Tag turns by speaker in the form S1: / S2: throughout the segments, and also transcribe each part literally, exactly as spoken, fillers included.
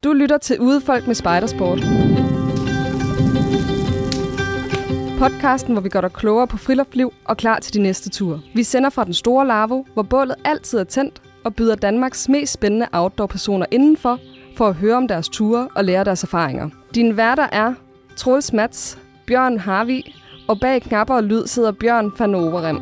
S1: Du lytter til Udefolk med Spejdersport. Podcasten, hvor vi gør dig klogere på friluftsliv og klar til de næste ture. Vi sender fra den store Larvo, hvor bålet altid er tændt, og byder Danmarks mest spændende outdoor-personer indenfor, for at høre om deres ture og lære deres erfaringer. Dine værter er Troels Mats, Bjørn Harvig, og bag knapper og lyd sidder Bjørn van Overem.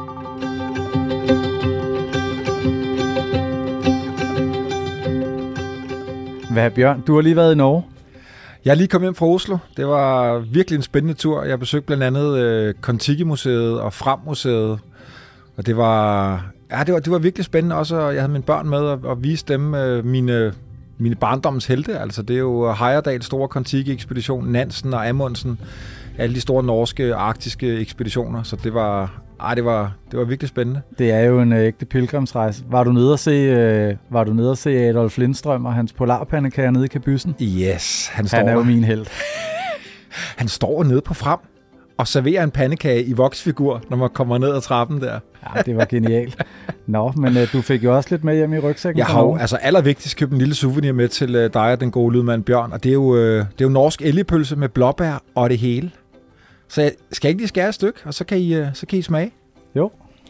S2: Hvad, Bjørn? Du har lige været i Norge.
S3: Jeg er lige kommet hjem fra Oslo. Det var virkelig en spændende tur. Jeg besøgte blandt andet øh, Kon-Tiki-museet og Fram-museet. Og det var, ja, det var, det var virkelig spændende også. Jeg havde mine børn med og, og viste dem øh, mine, mine barndommens helte. Altså, det er jo Heyerdahls store Kon-Tiki-ekspedition, Nansen og Amundsen. Alle de store norske, arktiske ekspeditioner. Så det var... Ej, det var, det var virkelig spændende.
S2: Det er jo en øh, ægte pilgrimsrejse. Var du nede at se, øh, var du nede at se Adolf Lindstrøm og hans polarpandekager nede i kabyssen?
S3: Yes, han står
S2: Han er jo min helt.
S3: Han står nede på Frem og serverer en pandekage i voksfigur, når man kommer ned ad trappen der.
S2: Ja, det var genialt. Nå, men øh, du fik jo også lidt med hjem i rygsækken.
S3: Jeg har jo altså allervigtigst købt en lille souvenir med til øh, dig og den gode lydmand Bjørn, og det er jo, øh, det er jo norsk elgepølse med blåbær og det hele. Så jeg skal ikke lige skære et stykke, og så kan I, så kan I smage?
S2: Jo.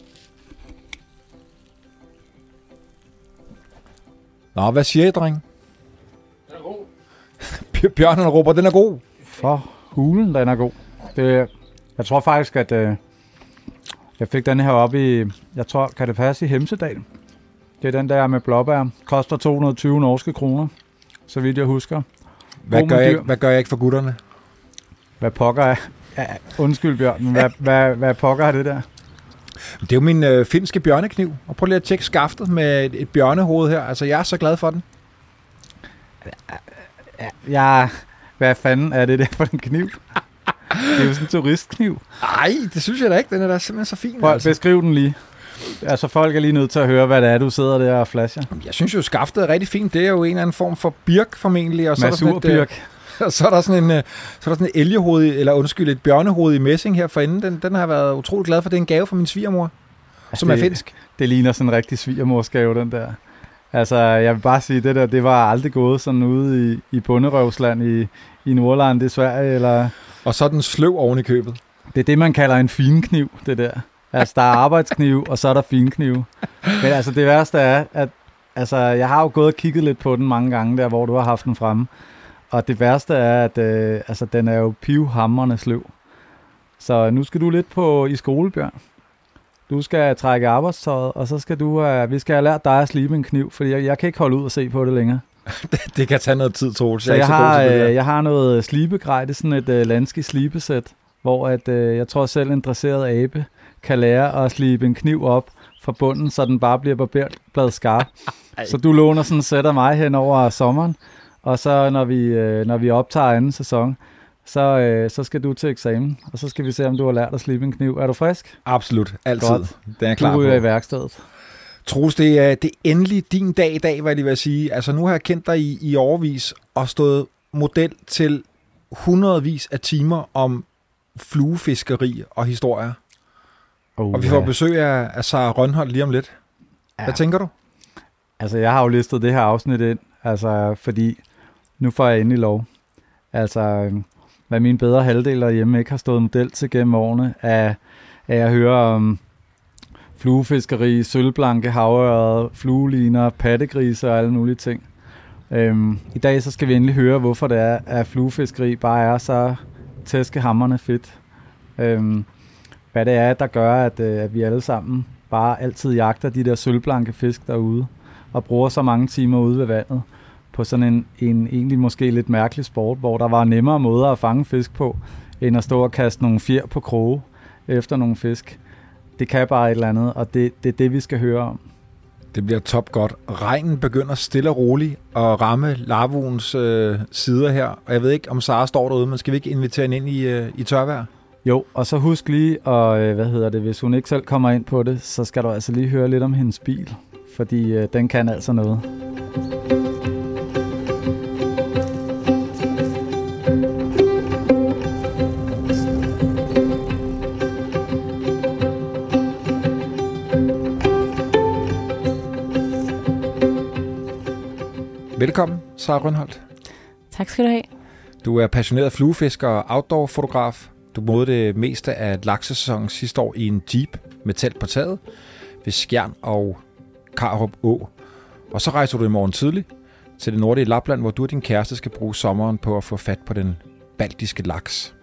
S3: Nå, hvad siger I, dreng? Den er god. Bjørn han råber, den er god.
S2: For hulen, den er god. Det, jeg tror faktisk, at øh, jeg fik den her op i, jeg tror, kan det passe i Hemsedal? Det er den der med blåbær. Koster to hundrede og tyve norske kroner, så vidt jeg husker.
S3: Hvad gør jeg, hvad gør jeg ikke for gutterne?
S2: Hvad pokker er? Ja, undskyld Bjørn, men hvad, hvad, hvad pokker er det der?
S3: Det er jo min øh, finske bjørnekniv. Og prøv lige at tjekke skaftet med et, et bjørnehoved her. Altså, jeg er så glad for den.
S2: Ja, hvad fanden er det der for en kniv? Det er jo sådan en turistkniv.
S3: Nej, det synes jeg da ikke. Den er da simpelthen så fin.
S2: Prøv,
S3: altså.
S2: Beskriv den lige. Altså, folk er lige nødt til at høre, hvad det er, du sidder der og flasher.
S3: Jeg synes jo, skaftet er rigtig fint. Det er jo en eller anden form for birk formentlig. Og så
S2: Masurbirk.
S3: Og så er der sådan en, så er der sådan en elgehoved, eller undskyld, et bjørnehoved i messing her forinde. Den, den har jeg været utrolig glad for. Det er en gave fra min svigermor, ja, som
S2: det,
S3: er finsk.
S2: Det ligner sådan en rigtig svigermorsgave, den der. Altså, jeg vil bare sige, det der, det var aldrig gået sådan ude i, i Bunderøvsland i, i Nordland, det er Sverige, eller...
S3: Og så er den sløv oven i købet.
S2: Det er det, man kalder en finkniv, det der. Altså, der er arbejdskniv, og så er der finkniv. Men altså, det værste er, at altså, jeg har jo gået og kigget lidt på den mange gange der, hvor du har haft den fremme. Og det værste er, at øh, altså, den er jo pivhamrende sløv. Så nu skal du lidt på i skole, Bjørn. Du skal trække arbejdstøjet, og så skal du, øh, vi skal have lært dig at slibe en kniv, fordi jeg, jeg kan ikke holde ud og se på det længere.
S3: det, det kan tage noget tid, Troels.
S2: Så jeg, jeg, har, øh, jeg har noget slibegrej, det er sådan et øh, landski slibesæt, hvor at, øh, jeg tror selv en dresseret abe kan lære at slibe en kniv op fra bunden, så den bare bliver barberet skarp. Så du låner sådan et sæt af mig hen over sommeren. Og så når vi, øh, når vi optager anden sæson, så, øh, så skal du til eksamen, og så skal vi se, om du har lært at slibe en kniv. Er du frisk?
S3: Absolut, altid.
S2: Godt.
S3: Det er jeg klar
S2: du
S3: på.
S2: Du er i værkstedet.
S3: Troels, det er, det er endelig din dag i dag, hvad jeg vil sige. Altså nu har jeg kendt dig i, i årevis og stået model til hundredvis af timer om fluefiskeri og historier. Oh, og vi får ja. besøg af, af Sara Rønholdt lige om lidt. Hvad ja. tænker du?
S2: Altså jeg har jo listet det her afsnit ind, altså fordi... Nu får jeg endelig lov. Altså, hvad mine bedre halvdel derhjemme ikke har stået model til gennem årene, er, er at høre om fluefiskeri, sølvblanke havørred, flueliner, pattegrise og alle mulige ting. Øhm, I dag så skal vi endelig høre, hvorfor det er, at fluefiskeri bare er så tæskehamrende fedt. Øhm, hvad det er, der gør, at, at vi alle sammen bare altid jagter de der sølvblanke fisk derude, og bruger så mange timer ude ved vandet på sådan en, en egentlig måske lidt mærkelig sport, hvor der var nemmere måder at fange fisk på, end at stå og kaste nogle fjer på kroge efter nogle fisk. Det kan bare et eller andet, og det, det er det, vi skal høre om.
S3: Det bliver top godt. Regnen begynder stille og roligt at ramme Larvoens øh, sider her, og jeg ved ikke, om Sara står derude, men skal vi ikke invitere hende ind i, øh, i tørvejr?
S2: Jo, og så husk lige, og øh, hvad hedder det, hvis hun ikke selv kommer ind på det, så skal du altså lige høre lidt om hendes bil, fordi øh, den kan altså noget.
S3: Velkommen, Sara Rønholdt.
S4: Tak skal du have.
S3: Du er passioneret fluefisker og outdoor-fotograf. Du måede det meste af laksesæsonen sidste år i en jeep med telt på taget ved Skjern og Karup Å. Og så rejser du i morgen tidlig til det nordlige Lapland, hvor du og din kæreste skal bruge sommeren på at få fat på den baltiske laks.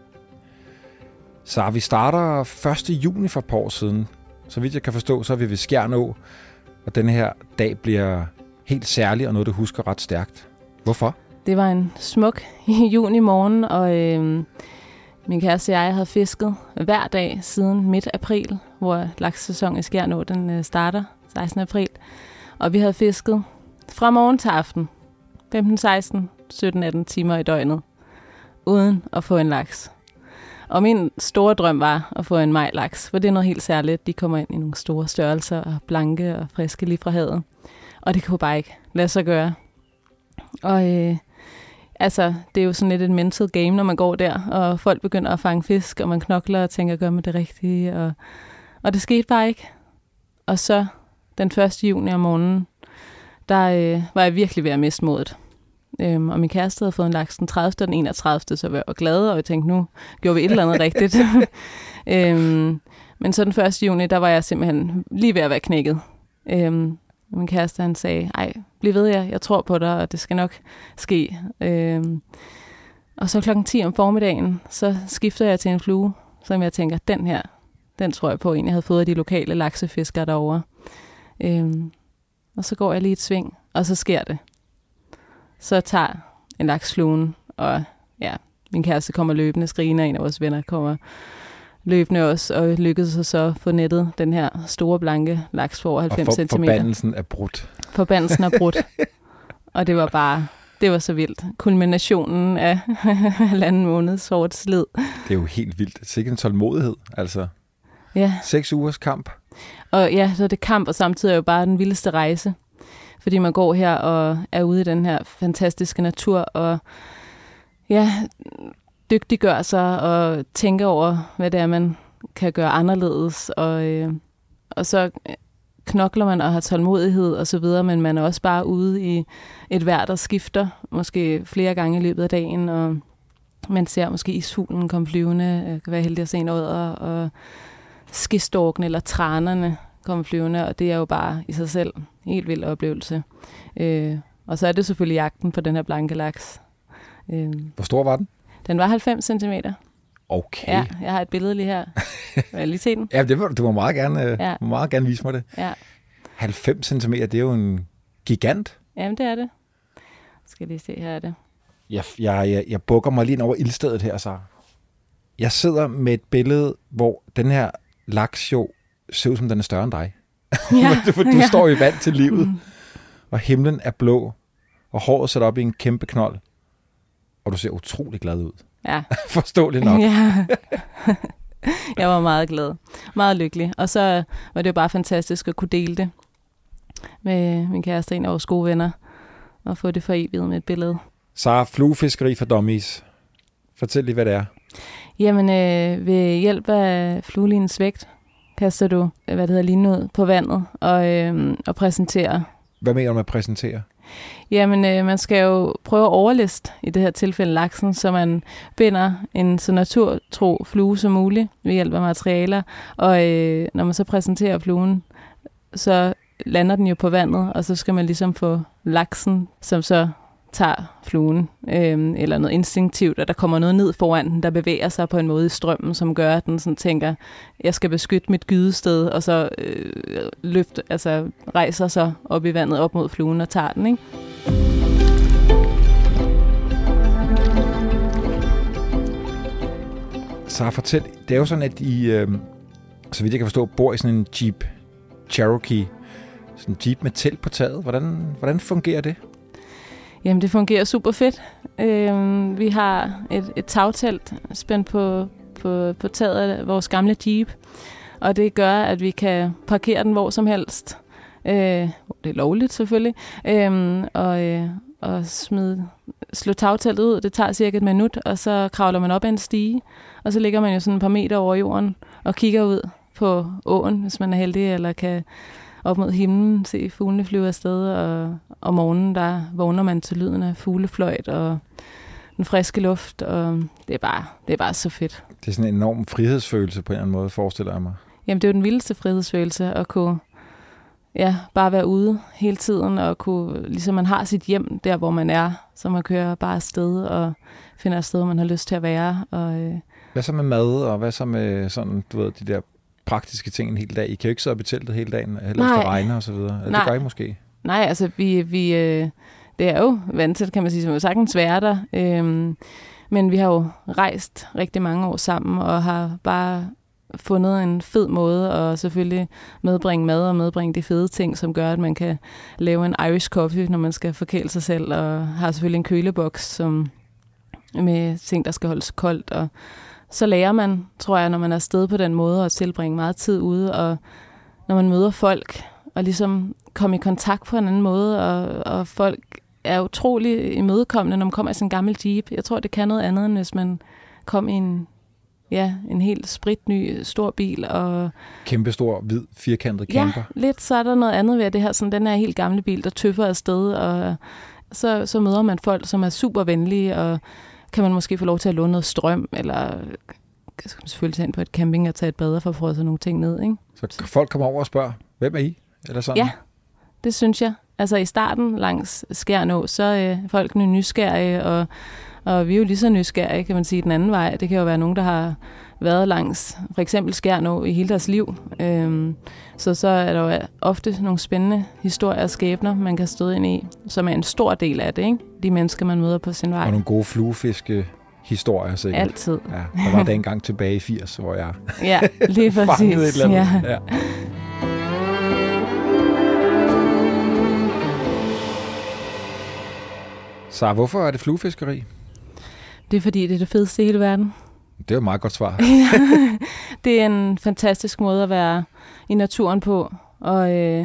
S3: Så vi starter første juni for et par år siden. Så vidt jeg kan forstå, så er vi ved Skjern Å, og denne her dag bliver helt særlig og noget, du husker ret stærkt. Hvorfor?
S4: Det var en smuk juni morgen, og øh, min kæreste og jeg havde fisket hver dag siden midt april, hvor laksesæsonen i Skjern Å den øh, starter sekstende april. Og vi havde fisket fra morgen til aften, femten, seksten, sytten, atten timer i døgnet, uden at få en laks. Og min store drøm var at få en majlaks, for det er noget helt særligt. De kommer ind i nogle store størrelser og blanke og friske lige fra havet. Og det kunne bare ikke lade sig gøre. Og øh, altså, det er jo sådan lidt et mental game, når man går der, og folk begynder at fange fisk, og man knokler og tænker, gør man det rigtige? Og, og det skete bare ikke. Og så den første juni om morgenen, der øh, var jeg virkelig ved at miste modet. Øhm, og min kæreste havde fået en laks den tredivte og den enogtredivte, så jeg var glad, og jeg tænkte, nu gjorde vi et eller andet rigtigt. øhm, men så den første juni, der var jeg simpelthen lige ved at være knækket. Øhm, min kæreste, han sagde, ej, bliv ved jer, jeg tror på dig, og det skal nok ske. Øhm, og så klokken ti om formiddagen, så skifter jeg til en flue, som jeg tænker, den her, den tror jeg på, en jeg havde fået af de lokale laksefiskere derovre. Øhm, og så går jeg lige et sving, og så sker det. Så tager en laks fluen, og ja, min kæreste kommer løbende, skrigende, en af vores venner kommer løbende også, og lykkedes så at få nettet den her store, blanke laks for over halvfems
S3: for,
S4: centimeter.
S3: Forbandelsen er brudt.
S4: Forbandelsen er brudt. Og det var bare, det var så vildt. Kulminationen af halvanden måneds hårdt slid.
S3: Det er jo helt vildt. Sikke en tålmodighed, altså.
S4: Ja.
S3: Seks ugers kamp.
S4: Og ja, så er det kamp, og samtidig er jo bare den vildeste rejse. Fordi man går her og er ude i den her fantastiske natur, og ja, dygtiggør sig og tænker over, hvad det er, man kan gøre anderledes. Og, øh, og så knokler man og har tålmodighed og så videre, men man er også bare ude i et vejr, der skifter, måske flere gange i løbet af dagen, og man ser måske isfuglen komme flyvende, jeg kan være heldig at se en odder, og skistorken eller tranerne komme flyvende, og det er jo bare i sig selv en helt vild oplevelse. Øh, og så er det selvfølgelig jagten på den her blanke laks. Øh,
S3: Hvor stor var den?
S4: Den var halvfems centimeter.
S3: Okay.
S4: Ja, jeg har et billede lige her. Vil jeg lige se den?
S3: Ja, det må, du må meget gerne,
S4: ja.
S3: må meget gerne vise mig det.
S4: Ja.
S3: halvfems centimeter, det er jo en gigant.
S4: Jamen, det er det. Skal lige se, her er det.
S3: Jeg, jeg, jeg, jeg bukker mig lige ind over ildstedet her, så. Jeg sidder med et billede, hvor den her laks jo ser ud som den er større end dig.
S4: Ja.
S3: For du
S4: ja.
S3: står i vand til livet, og himlen er blå, og håret sætter op i en kæmpe knold, og du ser utrolig glad ud.
S4: Ja.
S3: Forståeligt nok.
S4: Ja. Jeg var meget glad. Meget lykkelig. Og så var det jo bare fantastisk at kunne dele det med min kæreste, en af vores gode venner, og få det for evigt med et billede.
S3: Så fluefiskeri for dummies. Fortæl lige, hvad det er.
S4: Jamen, øh, ved hjælp af fluelinens vægt, kaster du, hvad det hedder, linen ud på vandet og, øh, og præsenterer.
S3: Hvad mener du med at præsentere?
S4: Jamen, øh, man skal jo prøve at overliste, i det her tilfælde laksen, så man binder en så naturtro flue som muligt ved hjælp af materialer. Og øh, når man så præsenterer fluen, så lander den jo på vandet, og så skal man ligesom få laksen, som så tager fluen, øh, eller noget instinktivt, og der kommer noget ned foran den, der bevæger sig på en måde i strømmen, som gør, at den sådan tænker, jeg skal beskytte mit gydested, og så øh, løft, altså rejser sig op i vandet op mod fluen og tager den, ikke?
S3: Så fortæl, det er jo sådan, at I, øh, så vidt jeg kan forstå, bor i sådan en Jeep Cherokee, sådan en Jeep med telt på taget. Hvordan, hvordan fungerer det?
S4: Jamen, det fungerer super fedt. Øh, vi har et, et tagtelt spændt på, på, på taget af vores gamle Jeep, og det gør, at vi kan parkere den hvor som helst. Øh, det er lovligt selvfølgelig. Øh, og, øh, og smide, slå tagteltet ud. Det tager cirka et minut, og så kravler man op ad en stige, og så ligger man jo sådan et par meter over jorden og kigger ud på åen, hvis man er heldig, eller kan op mod himlen, se fuglene flyve afsted, og om morgenen, der vågner man til lyden af fuglefløjt, og den friske luft, og det er bare, det er bare så fedt.
S3: Det er sådan en enorm frihedsfølelse på en eller anden måde, forestiller jeg mig.
S4: Jamen, det er jo den vildeste frihedsfølelse at kunne ja, bare være ude hele tiden, og kunne, ligesom man har sit hjem der, hvor man er, så man kører bare afsted og finder et sted, hvor man har lyst til at være. Og, øh...
S3: Hvad så med mad, og hvad så med sådan, du ved, de der praktiske ting en hel dag? I kan jo ikke sidde på teltet hele dagen, heller ikke regne og så videre. Det gør I måske?
S4: Nej, altså vi, vi øh, det er jo vant til, kan man sige, som jo sagtens være der. Øhm, men vi har jo rejst rigtig mange år sammen, og har bare fundet en fed måde at selvfølgelig medbringe mad og medbringe de fede ting, som gør, at man kan lave en Irish coffee, når man skal forkæle sig selv, og har selvfølgelig en køleboks som med ting, der skal holdes koldt. Og så lærer man, tror jeg, når man er afsted på den måde, at tilbringe meget tid ude, og når man møder folk, og ligesom komme i kontakt på en anden måde, og, og folk er utrolig imødekommende, når man kommer i sådan en gammel Jeep. Jeg tror, det kan noget andet, end hvis man kom i en Ja, en helt spritny stor bil. Og
S3: kæmpestor, hvid, firkantet camper.
S4: Ja, lidt så er der noget andet ved det her. Sådan, den her helt gamle bil, der tøffer afsted, og så, så møder man folk, som er super venlige, og kan man måske få lov til at låne noget strøm, eller skal man selvfølgelig tage ind på et camping og tage et bad for at få sådan nogle ting ned, ikke?
S3: Så folk kommer over og spørger, hvem er I? Eller sådan?
S4: Ja, det synes jeg. Altså i starten langs Skjernå, så er øh, folk nu nysgerrige, og Og vi er jo lige så nysgerrige, kan man sige, den anden vej. Det kan jo være nogen, der har været langs for eksempel Skjernå i hele deres liv. Øhm, så så er der jo ofte nogle spændende historier og skæbner, man kan støde ind i, som er en stor del af det, ikke? De mennesker, man møder på sin vej.
S3: Og nogle gode fluefiske historier sikkert.
S4: Altid.
S3: Ja, der var der engang tilbage i firs, hvor jeg
S4: ja, lige præcis.
S3: et eller andet. Ja. Ja. Så hvorfor er det fluefiskeri?
S4: Det er fordi, det er det fedeste i hele verden.
S3: Det er jo et meget godt svar.
S4: Det er en fantastisk måde at være i naturen på. Og, øh,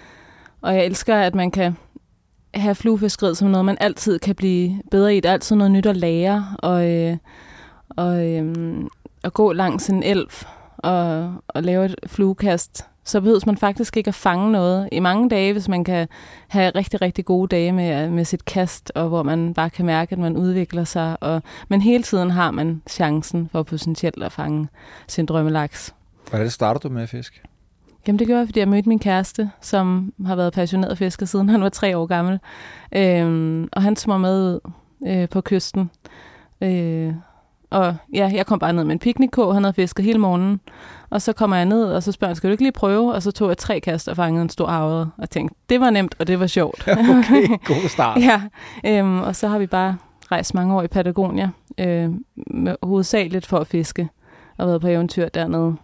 S4: og jeg elsker, at man kan have fluefiskeriet som noget, man altid kan blive bedre i. Det er altid noget nyt at lære. Og, øh, og øh, at gå langs en elv og, og lave et fluekast, så behøver man faktisk ikke at fange noget i mange dage, hvis man kan have rigtig, rigtig gode dage med, med sit kast, og hvor man bare kan mærke, at man udvikler sig. Og, men hele tiden har man chancen for potentielt at fange sin drømmelaks.
S3: Hvordan startede du med at fiske?
S4: Jamen det gjorde jeg, fordi jeg mødte min kæreste, som har været passioneret fisker, siden han var tre år gammel. Øhm, og han tog mig med ud øh, på kysten. Øh, Og ja, jeg kom bare ned med en picnic-kog, han havde fisket hele morgenen. Og så kommer jeg ned, og så spørger han, skal du ikke lige prøve? Og så tog jeg tre kast og fangede en stor havre, og tænkte, det var nemt, og det var sjovt.
S3: Okay, god start.
S4: ja, øhm, og så har vi bare rejst mange år i Patagonia, øh, med, hovedsageligt for at fiske, og været på eventyr dernede.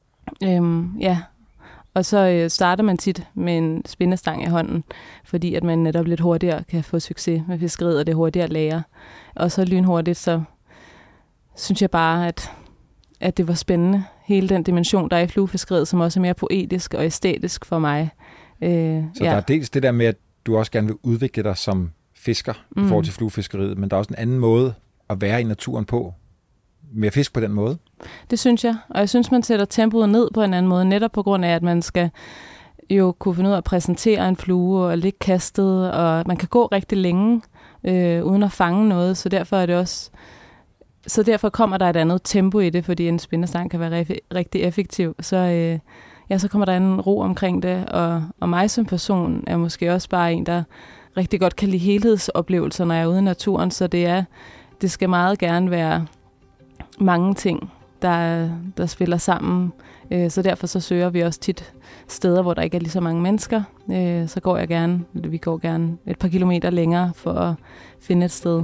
S4: Øhm, ja, og så øh, starter man tit med en spindestang i hånden, fordi at man netop lidt hurtigere kan få succes med fiskeriet, og det hurtigere at lære. Og så lynhurtigt, så synes jeg bare, at, at det var spændende. Hele den dimension, der er i fluefiskeriet, som også er mere poetisk og æstetisk for mig. Øh,
S3: så
S4: ja.
S3: Der er dels det der med, at du også gerne vil udvikle dig som fisker mm. i forhold til fluefiskeriet, men der er også en anden måde at være i naturen på, med at fiske på den måde.
S4: Det synes jeg, og jeg synes, man sætter tempoet ned på en anden måde, netop på grund af, at man skal jo kunne finde ud af at præsentere en flue og ligge kastet, og man kan gå rigtig længe øh, uden at fange noget, så derfor er det også Så derfor kommer der et andet tempo i det, fordi en spindestang kan være rigtig effektiv. Så, øh, ja, så kommer der en ro omkring det, og, og mig som person er måske også bare en, der rigtig godt kan lide helhedsoplevelser, når jeg er ude i naturen. Så det, er, det skal meget gerne være mange ting, der, der spiller sammen. Øh, så derfor så søger vi også tit steder, hvor der ikke er lige så mange mennesker. Øh, så går jeg gerne, vi går gerne et par kilometer længere for at finde et sted.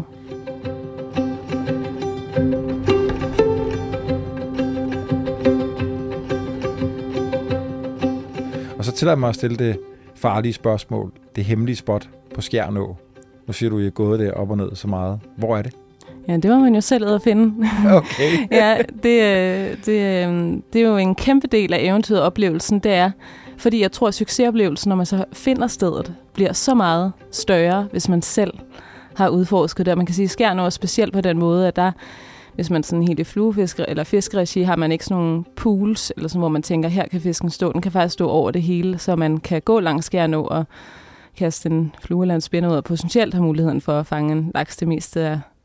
S3: Og så tillader mig at stille det farlige spørgsmål, det hemmelige spot på Skjernå. Nu siger du, at I er gået der op og ned så meget. Hvor er det?
S4: Ja, det var man jo selv at finde.
S3: Okay.
S4: ja, det, det, det er jo en kæmpe del af eventyret og oplevelsen, det er, fordi jeg tror, at succesoplevelsen, når man så finder stedet, bliver så meget større, hvis man selv har udforsket det. Man kan sige, at Skjernå er specielt på den måde, at der, hvis man sådan helt i fluefisker eller fiskeregi, har man ikke sådan nogle pools, eller sådan, hvor man tænker, her kan fisken stå. Den kan faktisk stå over det hele, så man kan gå langs Skjernå og kaste en flue eller en spinner ud, og potentielt have muligheden for at fange en laks det meste af,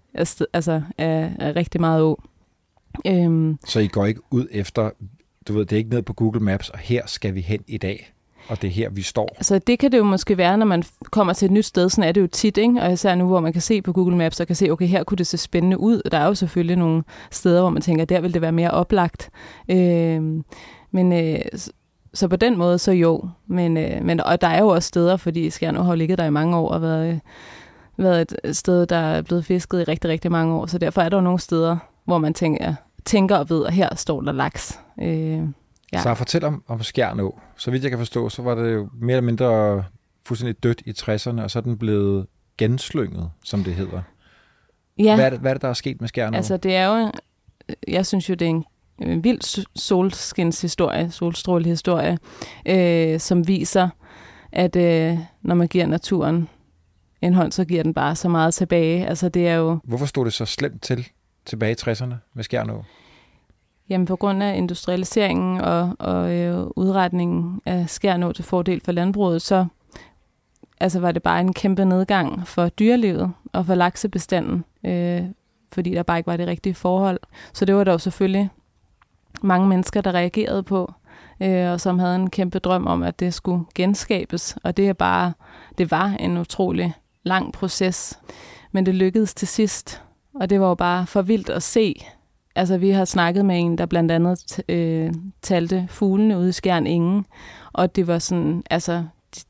S4: af, altså af, af rigtig meget å. Øhm,
S3: Så I går ikke ud efter, du ved, det er ikke ned på Google Maps, og her skal vi hen i dag, og det er her, vi står?
S4: Altså det kan det jo måske være, når man kommer til et nyt sted, sådan er det jo tit, ikke? Og især nu, hvor man kan se på Google Maps, og kan se, okay, her kunne det se spændende ud. Der er jo selvfølgelig nogle steder, hvor man tænker, der vil det være mere oplagt. Øhm, men øh, så på den måde, så jo. Men, øh, men, og der er jo også steder, fordi Skjernå har jo ligget der i mange år, og været, øh, været et sted, der er blevet fisket i rigtig, rigtig mange år. Så derfor er der jo nogle steder, hvor man tænker, tænker og ved, at her står der laks. Øh, ja.
S3: Så fortæl om, om Skjernå. Så vidt jeg kan forstå, så var det jo mere eller mindre fuldstændig dødt i tresserne, og så er den blevet genslynget, som det hedder.
S4: Ja.
S3: Hvad er det, hvad er det der er sket med Skjernå?
S4: Altså det er jo, jeg synes jo, det er en en vild solskinshistorie, solstrålehistorie, øh, som viser, at øh, når man giver naturen en hånd, så giver den bare så meget tilbage. Altså det er jo...
S3: Hvorfor stod det så slemt til tilbage i tresserne med Skjernå?
S4: Jamen på grund af industrialiseringen og, og øh, udretningen af Skjernå til fordel for landbruget, så altså, var det bare en kæmpe nedgang for dyrelivet og for laksebestanden, øh, fordi der bare ikke var det rigtige forhold. Så det var der jo selvfølgelig mange mennesker, der reagerede på, øh, og som havde en kæmpe drøm om, at det skulle genskabes. Og det er bare, det var en utrolig lang proces, men det lykkedes til sidst. Og det var jo bare for vildt at se. Altså vi har snakket med en, der blandt andet øh, talte fuglene ude i Skjern Enge, og det var sådan, altså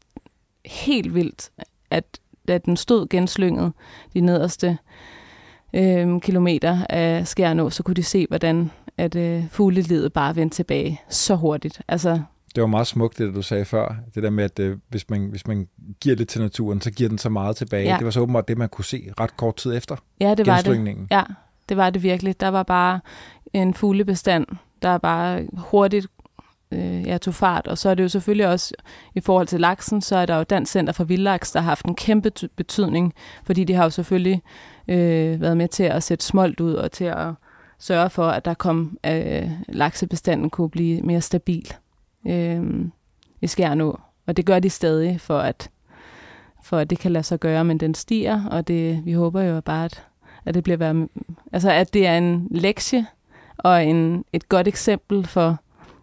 S4: helt vildt, at da den stod genslynget de nederste øh, kilometer af Skjernå, så kunne de se, hvordan at øh, fuglelivet bare vendte tilbage så hurtigt. Altså,
S3: det var meget smukt, det du sagde før. Det der med, at øh, hvis, man, hvis man giver lidt til naturen, så giver den så meget tilbage. Ja. Det var så åbenbart det, man kunne se ret kort tid efter
S4: ja, det var det. Ja, det var det virkelig. Der var bare en fuglebestand, der bare hurtigt øh, ja, tog fart. Og så er det jo selvfølgelig også, i forhold til laksen, så er der jo Dansk Center for Vildlaks, der har haft en kæmpe betydning, fordi de har jo selvfølgelig øh, været med til at sætte smolt ud og til at sørge for, at der kom øh, laksebestanden kunne blive mere stabil øh, i Skjernå. Og det gør de stadig, for at, for at det kan lade sig gøre, men den stiger, og det, vi håber jo bare, at, at det bliver være, altså at det er en lektie og en, et godt eksempel for,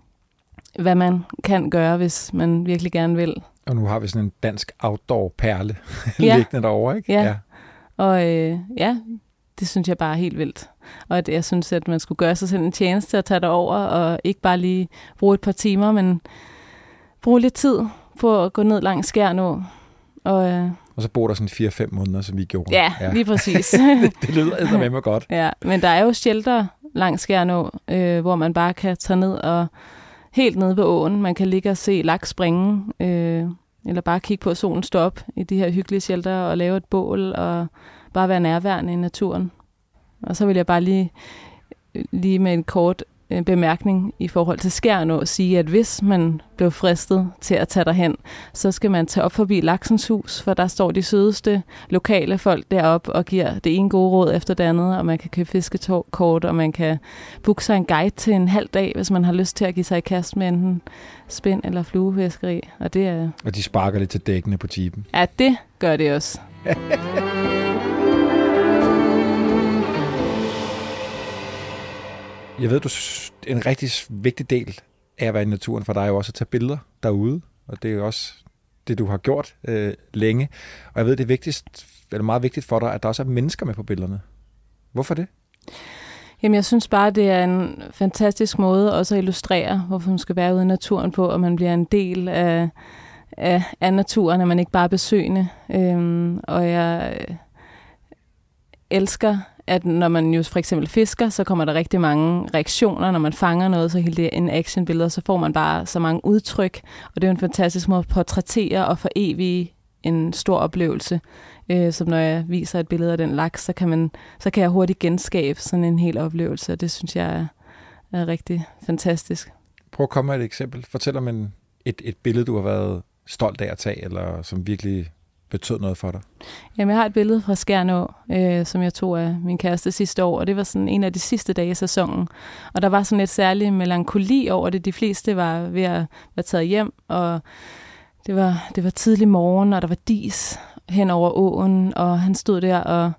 S4: hvad man kan gøre, hvis man virkelig gerne vil.
S3: Og nu har vi sådan en dansk outdoor-perle
S4: ja.
S3: liggende derovre, ikke?
S4: Ja, ja. Og øh, ja, det synes jeg bare er helt vildt. Og at jeg synes, at man skulle gøre sig selv en tjeneste at tage det over, og ikke bare lige bruge et par timer, men bruge lidt tid på at gå ned langs Skjernå. Og, øh,
S3: og så bor der sådan fire fem måneder, som vi gjorde.
S4: Ja, ja. Lige præcis.
S3: det, det lyder med mig godt.
S4: Ja, men der er jo shelter langs Skjernå, øh, hvor man bare kan tage ned og helt nede ved åen. Man kan ligge og se laks springe, øh, eller bare kigge på solen stå op i de her hyggelige shelter og lave et bål og bare være nærværende i naturen. Og så vil jeg bare lige, lige med en kort øh, bemærkning i forhold til Skjernå sige, at hvis man blev fristet til at tage derhen, så skal man tage op forbi Laksens Hus, for der står de sødeste lokale folk deroppe og giver det ene gode råd efter det andet, og man kan købe fiskekort, og man kan booke sig en guide til en halv dag, hvis man har lyst til at give sig i kast med enten spind eller fluefiskeri. Og det er...
S3: Og de sparker lidt til dækkene på jeepen.
S4: Ja, det gør det også.
S3: Jeg ved, du en rigtig vigtig del af at være i naturen for dig er jo også at tage billeder derude, og det er jo også det, du har gjort øh, længe. Og jeg ved, det er vigtigst, eller meget vigtigt for dig, at der også er mennesker med på billederne. Hvorfor det?
S4: Jamen, jeg synes bare, det er en fantastisk måde også at illustrere, hvorfor man skal være ude i naturen på, og man bliver en del af, af, af naturen, at man ikke bare er besøgende. Øhm, og jeg elsker, at når man jo for eksempel fisker, så kommer der rigtig mange reaktioner. Når man fanger noget, så hele det en actionbilleder, så får man bare så mange udtryk. Og det er jo en fantastisk måde at portrættere og forevige en stor oplevelse. Øh, som når jeg viser et billede af den laks, så kan, man, så kan jeg hurtigt genskabe sådan en hel oplevelse. Og det synes jeg er, er rigtig fantastisk.
S3: Prøv at komme med et eksempel. Fortæl om en, et, et billede, du har været stolt af at tage, eller som virkelig betød noget for dig.
S4: Jamen, jeg har et billede fra Skjernå, øh, som jeg tog af min kæreste sidste år, og det var sådan en af de sidste dage i sæsonen. Og der var sådan lidt særlig melankoli over det. De fleste var ved at være taget hjem, og det var, det var tidlig morgen, og der var dis hen over åen, og han stod der og,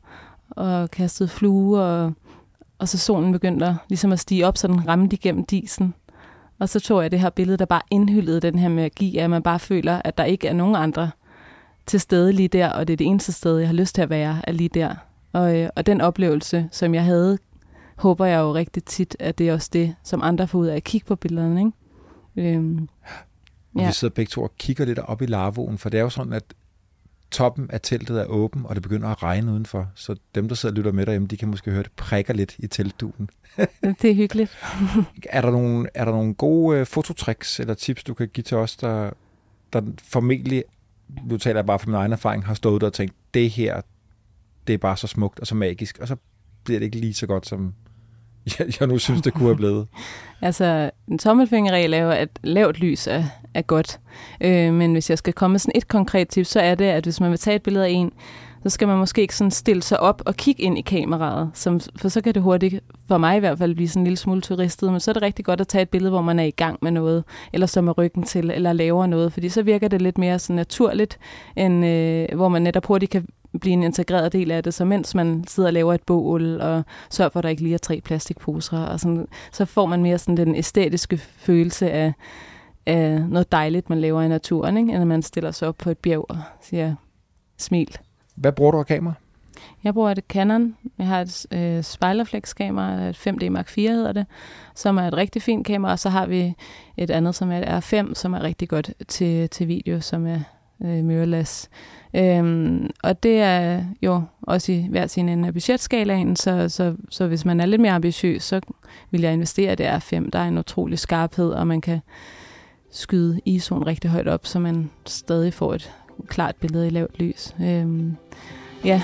S4: og kastede flue, og, og så solen begyndte at, ligesom at stige op, så den ramte igennem disen. Og så tog jeg det her billede, der bare indhyldede den her magi, at man bare føler, at der ikke er nogen andre til stede lige der, og det er det eneste sted, jeg har lyst til at være, er lige der. Og, øh, og den oplevelse, som jeg havde, håber jeg jo rigtig tit, at det er også det, som andre får ud af at kigge på billederne, ikke? Øhm,
S3: og
S4: ja.
S3: vi sidder begge to og kigger lidt op i lavvoen, for det er jo sådan, at toppen af teltet er åben, og det begynder at regne udenfor. Så dem, der sidder og lytter med derhjemme, de kan måske høre, det prikker lidt i teltdugen.
S4: Det er hyggeligt.
S3: er, der nogle, er der nogle gode fototricks eller tips, du kan give til os, der, der formentlig, nu taler jeg bare fra min egen erfaring, har stået der og tænkt, det her, det er bare så smukt og så magisk, og så bliver det ikke lige så godt, som jeg, jeg nu synes, det kunne have blevet.
S4: Altså, en tommelfingerregel er jo, at lavt lys er, er godt. Øh, men hvis jeg skal komme med sådan et konkret tip, så er det, at hvis man vil tage et billede af en, så skal man måske ikke sådan stille sig op og kigge ind i kameraet, som, for så kan det hurtigt, for mig i hvert fald, blive sådan en lille smule turistet, men så er det rigtig godt at tage et billede, hvor man er i gang med noget, eller står med ryggen til, eller laver noget, fordi så virker det lidt mere sådan naturligt, end øh, hvor man netop hurtigt kan blive en integreret del af det, så mens man sidder og laver et bål, og sørger for, at der ikke lige er tre plastikposer, og sådan, så får man mere sådan den æstetiske følelse af, af noget dejligt, man laver i naturen, ikke? End at man stiller sig op på et bjerg og siger smil.
S3: Hvad bruger du af kamera?
S4: Jeg bruger et Canon. Jeg har et øh, spejlerflex-kamera, et fem D Mark fire hedder det, som er et rigtig fint kamera, og så har vi et andet, som er et R fem, som er rigtig godt til, til video, som er øh, mirrorless. Øhm, og det er jo også i hver sin ende af budgetskalaen, så, så, så hvis man er lidt mere ambitiøs, så vil jeg investere i det R fem. Der er en utrolig skarphed, og man kan skyde I S O'en rigtig højt op, så man stadig får et klart billede i lavt lys. Øhm, ja.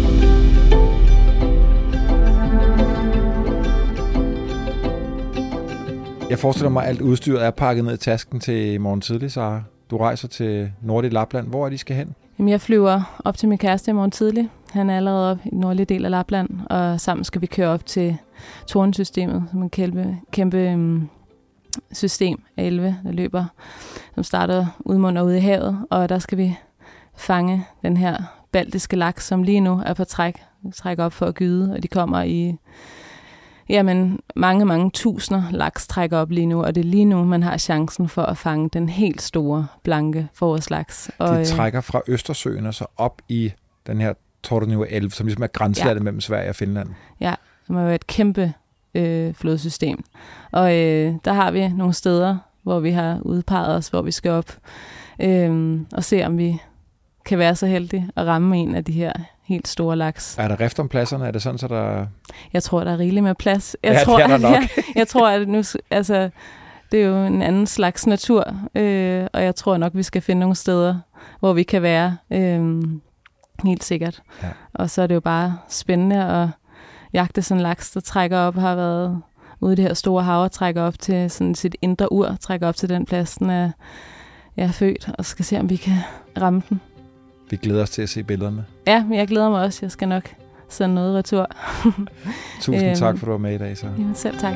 S3: Jeg forestiller mig, at alt udstyret er pakket ned i tasken til i morgen tidlig, Sara. Du rejser til nordlige Lapland. Hvor er de skal hen?
S4: Jamen, jeg flyver op til min kæreste i morgen tidlig. Han er allerede op i den nordlige del af Lapland, og sammen skal vi køre op til Tornsystemet, som er en kæmpe, kæmpe um, system af elve, der løber, som starter udmunder ude i havet, og der skal vi fange den her baltiske laks, som lige nu er på træk, trækker op for at gyde, og de kommer i jamen, mange, mange tusinder laks trækker op lige nu, og det er lige nu, man har chancen for at fange den helt store, blanke forårslaks.
S3: De
S4: og,
S3: trækker fra Østersøen og så op i den her Torneå elv, som ligesom er grænselandet ja. mellem Sverige og Finland.
S4: Ja, det må jo være et kæmpe øh, flodsystem. Og øh, der har vi nogle steder, hvor vi har udpeget os, hvor vi skal op øh, og se, om vi kan være så heldige at ramme en af de her helt store laks.
S3: Er der rift om pladserne? Er det sådan, så der...
S4: Jeg tror, der er rigeligt med plads. Jeg
S3: ja,
S4: tror,
S3: det er der nok.
S4: jeg, jeg tror, at nu... Altså, det er jo en anden slags natur, øh, og jeg tror nok, vi skal finde nogle steder, hvor vi kan være øh, helt sikkert. Ja. Og så er det jo bare spændende at jagte sådan en laks, der trækker op, har været ude i det her store hav og trækker op til sådan sit indre ur, trækker op til den plads, den er, jeg er født, og skal se, om vi kan ramme den.
S3: Vi glæder os til at se billederne.
S4: Ja, jeg glæder mig også. Jeg skal nok sende noget retur.
S3: Tusind øhm, tak, for du var med i dag, så.
S4: Jamen selv tak.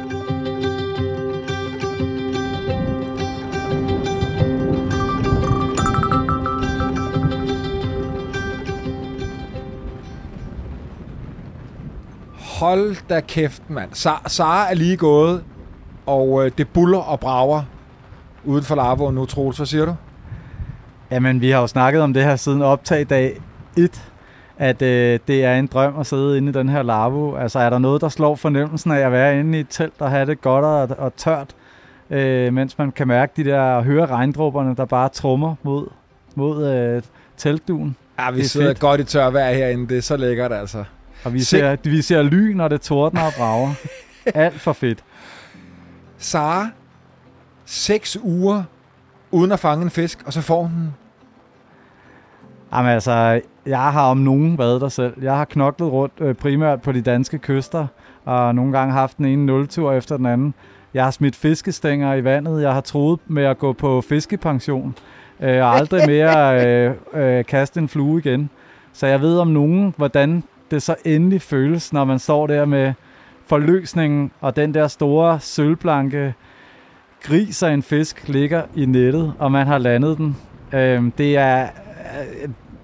S3: Hold da kæft, mand. Sa- Sara er lige gået, og øh, det buller og brager uden for lavvoen nu, Troels. Hvad siger du?
S2: Jamen, vi har jo snakket om det her siden optag dag et, at øh, det er en drøm at sidde inde i den her lavvo. Altså, er der noget, der slår fornemmelsen af at være inde i et telt og have det godt og, og tørt, øh, mens man kan mærke de der og høre regndråberne, der bare trummer mod, mod øh, teltduen.
S3: Ja, vi sidder fedt. Godt i tør vejr herinde. Det er så lækkert, altså.
S2: Og vi ser, vi ser lyn, når det tordner og brager. Alt for fedt.
S3: Sara, seks uger uden at fange en fisk, og så får hun...
S2: Jamen altså, jeg har om nogen været der selv. Jeg har knoklet rundt øh, primært på de danske kyster, og nogle gange haft den ene nultur efter den anden. Jeg har smidt fiskestænger i vandet. Jeg har troet med at gå på fiskepension, øh, og aldrig mere øh, øh, kaste en flue igen. Så jeg ved om nogen, hvordan det så endelig føles, når man står der med forløsningen, og den der store sølvblanke gris af en fisk ligger i nettet, og man har landet den. Øh, det er... Øh,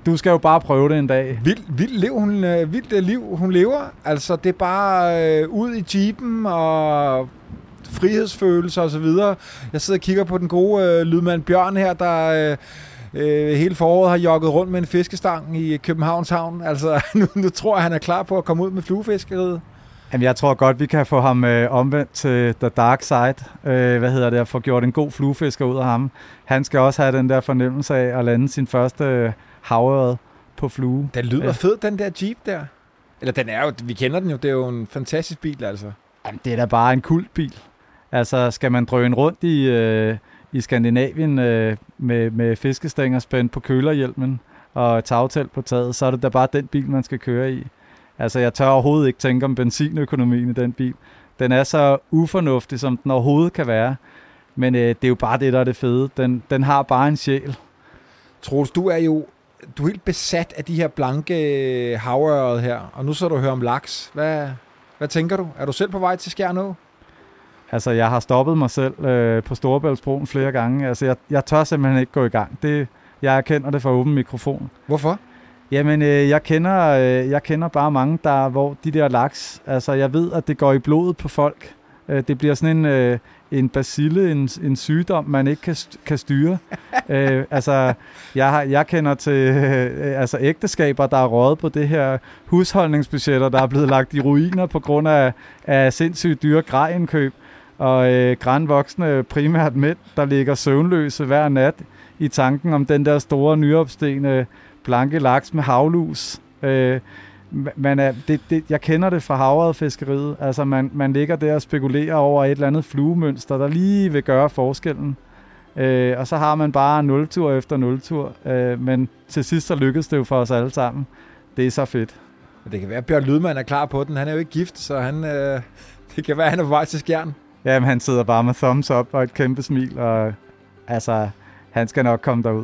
S2: du skal jo bare prøve det en dag.
S3: Vild, vild, liv, hun, øh, vildt liv, hun lever. Altså, det er bare øh, ud i jeepen og frihedsfølelse og så videre. Jeg sidder og kigger på den gode øh, lydmand Bjørn her, der øh, hele foråret har jogget rundt med en fiskestang i Københavns Havn. Altså, nu, nu tror jeg, han er klar på at komme ud med fluefiskeriet.
S2: Jamen, jeg tror godt, vi kan få ham øh, omvendt til the dark side. Øh, hvad hedder det? At få gjort en god fluefisker ud af ham. Han skal også have den der fornemmelse af at lande sin første øh, havørred på flue.
S3: Den lyder ja. fed, den der Jeep der. Eller den er jo, vi kender den jo, det er jo en fantastisk bil, altså.
S2: Jamen, det er da bare en kultbil. Altså, skal man drøne rundt i, øh, i Skandinavien øh, med, med fiskestænger spændt på kølerhjelmen og tagtelt på taget, så er det da bare den bil, man skal køre i. Altså, jeg tør overhovedet ikke tænke om benzinøkonomien i den bil. Den er så ufornuftig, som den overhovedet kan være. Men øh, det er jo bare det, der er det fede. Den, den har bare en sjæl.
S3: Troels, du er jo du er helt besat af de her blanke havørred her, og nu så du høre om laks. Hvad, hvad tænker du? Er du selv på vej til Skjern Å?
S2: Altså, jeg har stoppet mig selv øh, på Storebæltsbroen flere gange. Altså, jeg, jeg tør simpelthen ikke gå i gang. Det, jeg erkender det for åben mikrofon.
S3: Hvorfor?
S2: Jamen, øh, jeg, kender, øh, jeg kender bare mange, der hvor de der laks, altså jeg ved, at det går i blodet på folk. Øh, det bliver sådan en, øh, en bacille, en, en sygdom, man ikke kan, kan styre. øh, altså, jeg, har, jeg kender til øh, altså ægteskaber, der er røget på det her husholdningsbudgetter, der er blevet lagt i ruiner på grund af, af sindssygt dyre grejindkøb. Og øh, grænvoksne primært mænd, der ligger søvnløse hver nat i tanken om den der store nyopstegende blanke laks med havlus. Øh, man er, det, det, jeg kender det fra havørredfiskeriet. Altså man, man ligger der og spekulerer over et eller andet fluemønster, der lige vil gøre forskellen. Øh, og så har man bare nultur efter nultur. Øh, men til sidst så lykkedes det jo for os alle sammen. Det er så fedt.
S3: Det kan være, at Bjørn Lydmand er klar på den. Han er jo ikke gift, så han, øh, det kan være, at han er på vej til Skjern.
S2: Jamen han sidder bare med thumbs up og et kæmpe smil. Og altså, han skal nok komme derud.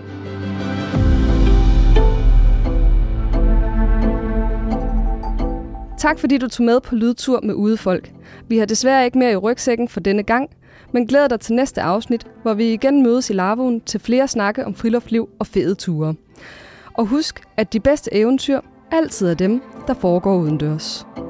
S1: Tak fordi du tog med på lydtur med Udefolk. Vi har desværre ikke mere i rygsækken for denne gang, men glæder dig til næste afsnit, hvor vi igen mødes i Lavvoen til flere snakke om friluftsliv og fede ture. Og husk, at de bedste eventyr altid er dem, der foregår udendørs.